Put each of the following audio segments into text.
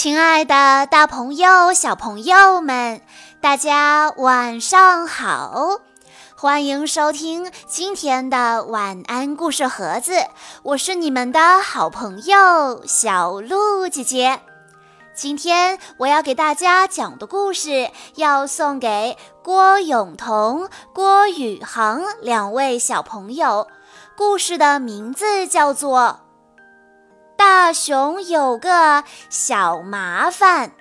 亲爱的大朋友、小朋友们，大家晚上好！欢迎收听今天的晚安故事盒子，我是你们的好朋友小鹿姐姐。今天我要给大家讲的故事要送给郭永彤、郭宇航两位小朋友，故事的名字叫做大熊有个小麻烦。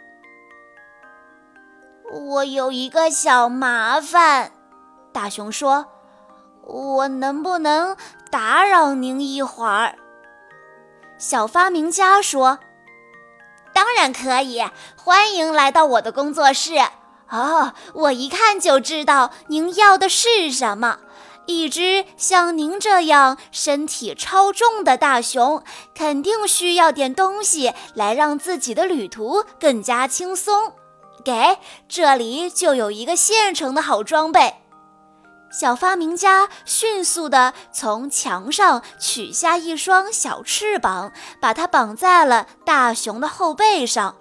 我有一个小麻烦，大熊说，我能不能打扰您一会儿？小发明家说，当然可以，欢迎来到我的工作室。我一看就知道您要的是什么。一只像您这样身体超重的大熊，肯定需要点东西来让自己的旅途更加轻松。这里就有一个现成的好装备。小发明家迅速地从墙上取下一双小翅膀，把它绑在了大熊的后背上。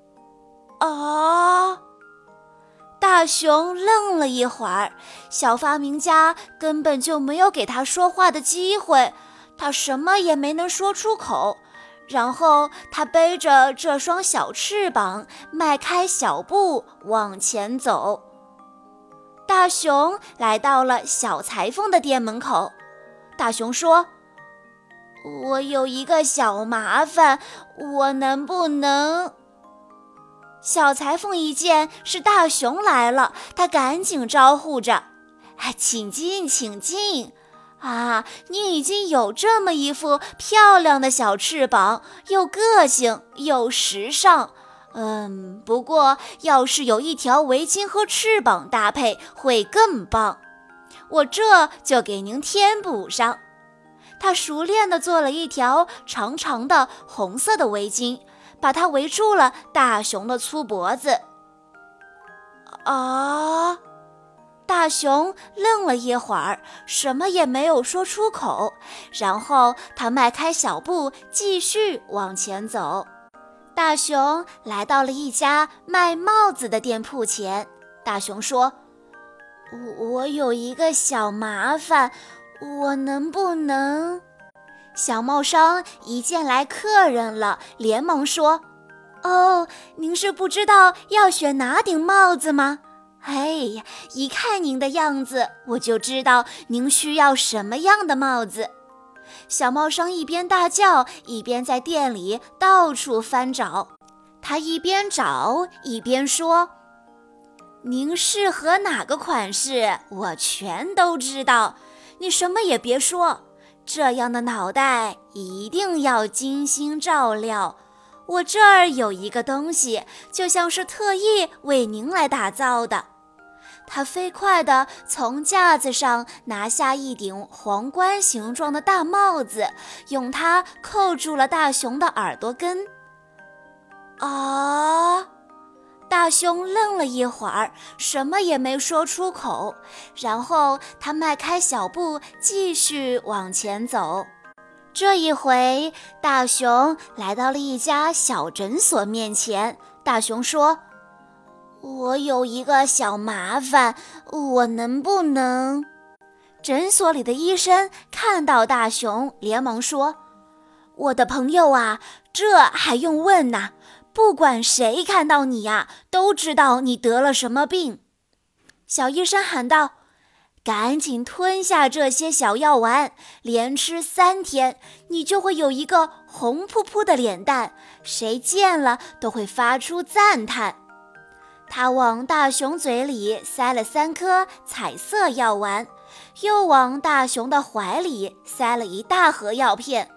大熊愣了一会儿，小发明家根本就没有给他说话的机会，他什么也没能说出口。然后他背着这双小翅膀，迈开小步往前走。大熊来到了小裁缝的店门口。大熊说，我有一个小麻烦，我能不能……小裁缝一见是大熊来了，他赶紧招呼着，请进请进。你已经有这么一副漂亮的小翅膀，又个性又时尚。不过要是有一条围巾和翅膀搭配会更棒，我这就给您添补上。他熟练地做了一条长长的红色的围巾，把它围住了大熊的粗脖子。大熊愣了一会儿，什么也没有说出口，然后他迈开小步继续往前走。大熊来到了一家卖帽子的店铺前。大熊说，我有一个小麻烦，我能不能……小帽商一见来客人了，连忙说，您是不知道要选哪顶帽子吗？一看您的样子，我就知道您需要什么样的帽子。小帽商一边大叫，一边在店里到处翻找。他一边找一边说，您适合哪个款式，我全都知道。你什么也别说，这样的脑袋一定要精心照料。我这儿有一个东西，就像是特意为您来打造的。他飞快地从架子上拿下一顶皇冠形状的大帽子，用它扣住了大熊的耳朵根。大熊愣了一会儿，什么也没说出口，然后他迈开小步继续往前走。这一回，大熊来到了一家小诊所面前。大熊说，我有一个小麻烦，我能不能……诊所里的医生看到大熊，连忙说，我的朋友啊，这还用问呐？不管谁看到你啊，都知道你得了什么病。小医生喊道，赶紧吞下这些小药丸，连吃3天，你就会有一个红扑扑的脸蛋，谁见了都会发出赞叹。他往大熊嘴里塞了3颗彩色药丸，又往大熊的怀里塞了一大盒药片。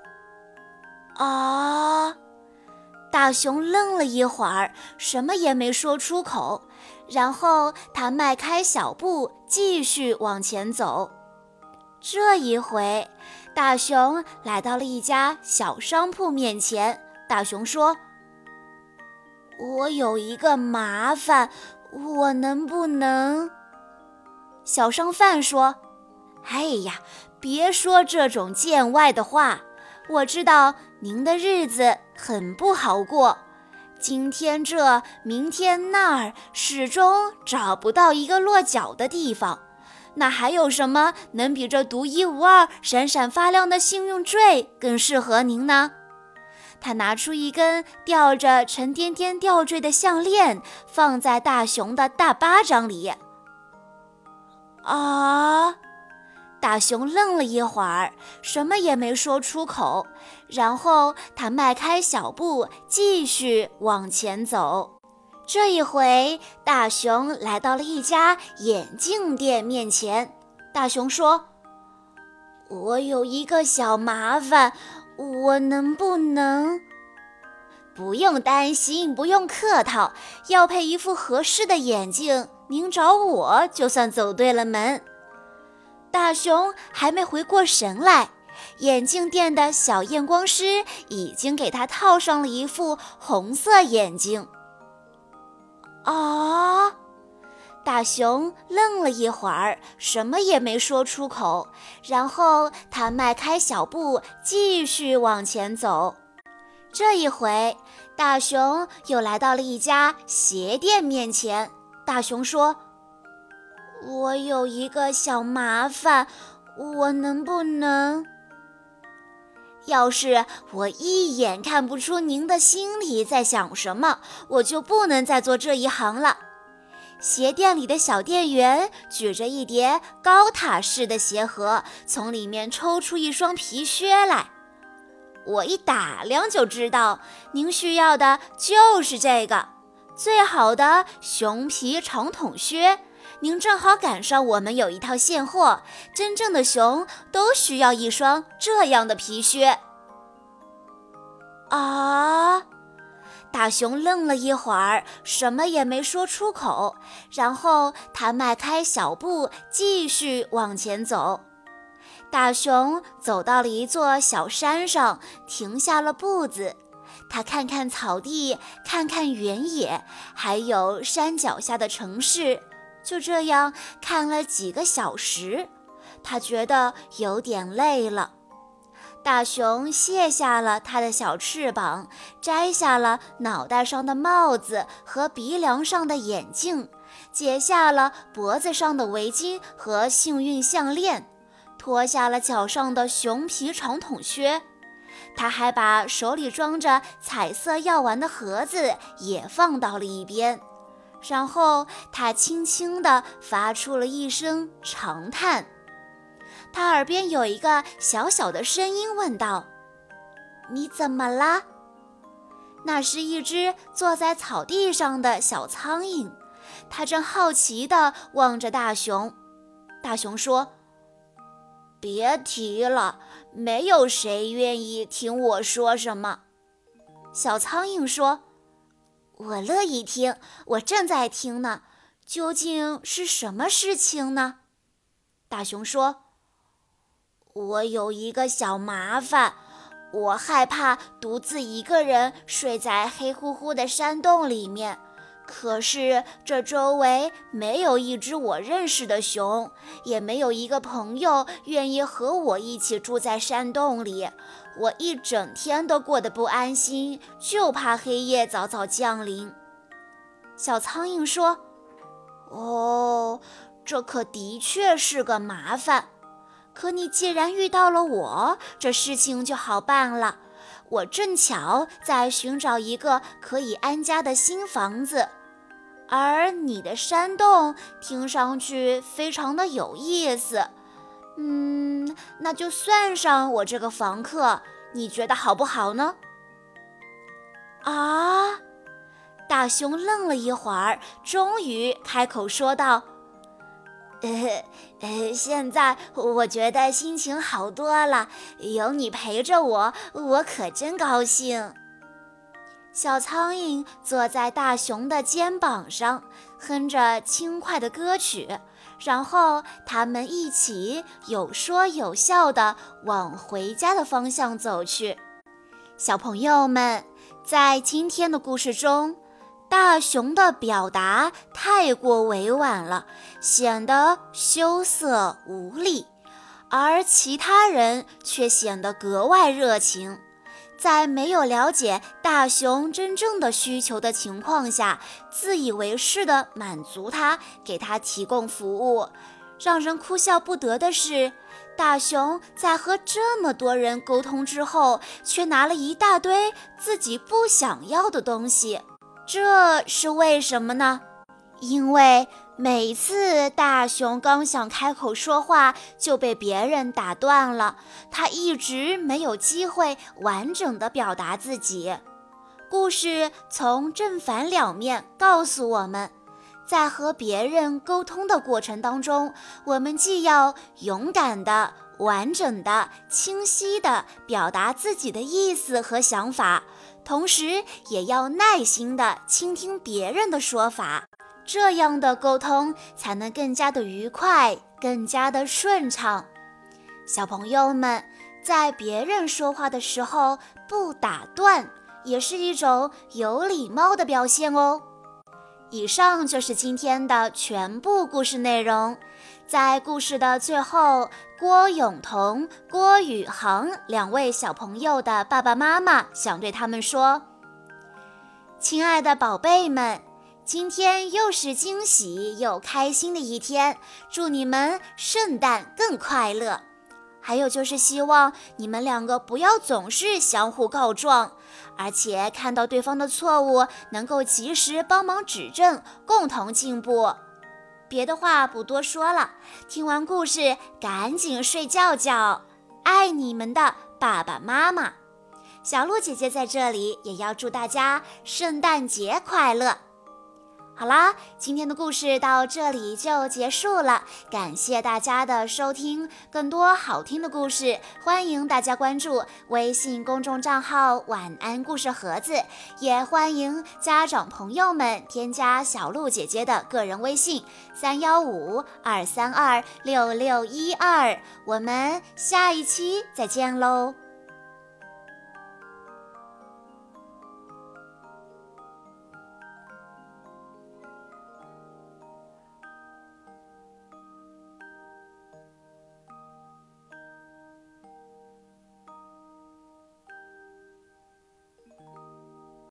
大熊愣了一会儿，什么也没说出口，然后他迈开小步继续往前走。这一回，大熊来到了一家小商铺面前。大熊说，我有一个麻烦，我能不能……小商贩说，别说这种见外的话，我知道您的日子很不好过， 今天这，明天那儿，始终找不到一个落脚的地方。那还有什么能比这独一无二、闪闪发亮的幸运坠更适合您呢？他拿出一根吊着沉甸甸吊坠的项链，放在大熊的大巴掌里。啊！大熊愣了一会儿，什么也没说出口，然后他迈开小步，继续往前走。这一回，大熊来到了一家眼镜店面前。大熊说：“我有一个小麻烦，我能不能……”“不用担心，不用客套，要配一副合适的眼镜，您找我就算走对了门。”大熊还没回过神来，眼镜店的小验光师已经给他套上了一副红色眼镜。啊！大熊愣了一会儿，什么也没说出口，然后他迈开小步，继续往前走。这一回，大熊又来到了一家鞋店面前。大熊说：“我有一个小麻烦，我能不能……要是我一眼看不出您的心里在想什么，我就不能再做这一行了。”鞋店里的小店员举着一叠高塔式的鞋盒，从里面抽出一双皮靴来。我一打量就知道，您需要的就是这个最好的熊皮长筒靴。您正好赶上我们有一套现货，真正的熊都需要一双这样的皮靴。啊！大熊愣了一会儿，什么也没说出口，然后他迈开小步，继续往前走。大熊走到了一座小山上，停下了步子。他看看草地，看看原野，还有山脚下的城市。就这样看了几个小时，他觉得有点累了。大熊卸下了他的小翅膀，摘下了脑袋上的帽子和鼻梁上的眼镜，解下了脖子上的围巾和幸运项链，脱下了脚上的熊皮长筒靴。他还把手里装着彩色药丸的盒子也放到了一边。然后他轻轻地发出了一声长叹。他耳边有一个小小的声音问道：“你怎么啦？”那是一只坐在草地上的小苍蝇，它正好奇地望着大熊。大熊说：“别提了，没有谁愿意听我说什么。”小苍蝇说：“我乐意听，我正在听呢。究竟是什么事情呢？”大熊说：“我有一个小麻烦，我害怕独自一个人睡在黑乎乎的山洞里面。可是这周围没有一只我认识的熊，也没有一个朋友愿意和我一起住在山洞里。我一整天都过得不安心，就怕黑夜早早降临。”小苍蝇说：“哦，这可的确是个麻烦。可你既然遇到了我，这事情就好办了。我正巧在寻找一个可以安家的新房子，而你的山洞听上去非常的有意思。那就算上我这个房客，你觉得好不好呢？”啊！大熊愣了一会儿，终于开口说道：“现在我觉得心情好多了，有你陪着我，我可真高兴。”小苍蝇坐在大熊的肩膀上，哼着轻快的歌曲，然后他们一起有说有笑地往回家的方向走去。小朋友们，在今天的故事中，大熊的表达太过委婉了，显得羞涩无力，而其他人却显得格外热情。 在没有了解大熊真正的需求的情况下，自以为是地满足他，给他提供服务。让人哭笑不得的是，大熊在和这么多人沟通之后，却拿了一大堆自己不想要的东西。这是为什么呢？因为每次大熊刚想开口说话，就被别人打断了，他一直没有机会完整地表达自己。故事从正反两面告诉我们，在和别人沟通的过程当中，我们既要勇敢的、完整的、清晰的表达自己的意思和想法，同时也要耐心的倾听别人的说法，这样的沟通才能更加的愉快，更加的顺畅。小朋友们，在别人说话的时候不打断，也是一种有礼貌的表现哦。以上就是今天的全部故事内容。在故事的最后，郭永彤、郭宇航两位小朋友的爸爸妈妈想对他们说：亲爱的宝贝们，今天又是惊喜又开心的一天，祝你们圣诞更快乐。还有就是希望你们两个不要总是相互告状，而且看到对方的错误能够及时帮忙指正，共同进步。别的话不多说了，听完故事赶紧睡觉觉，爱你们的爸爸妈妈。小鹿姐姐在这里也要祝大家圣诞节快乐。好啦，今天的故事到这里就结束了，感谢大家的收听。更多好听的故事，欢迎大家关注微信公众账号晚安故事盒子，也欢迎家长朋友们添加小鹿姐姐的个人微信315-232-6612，我们下一期再见喽。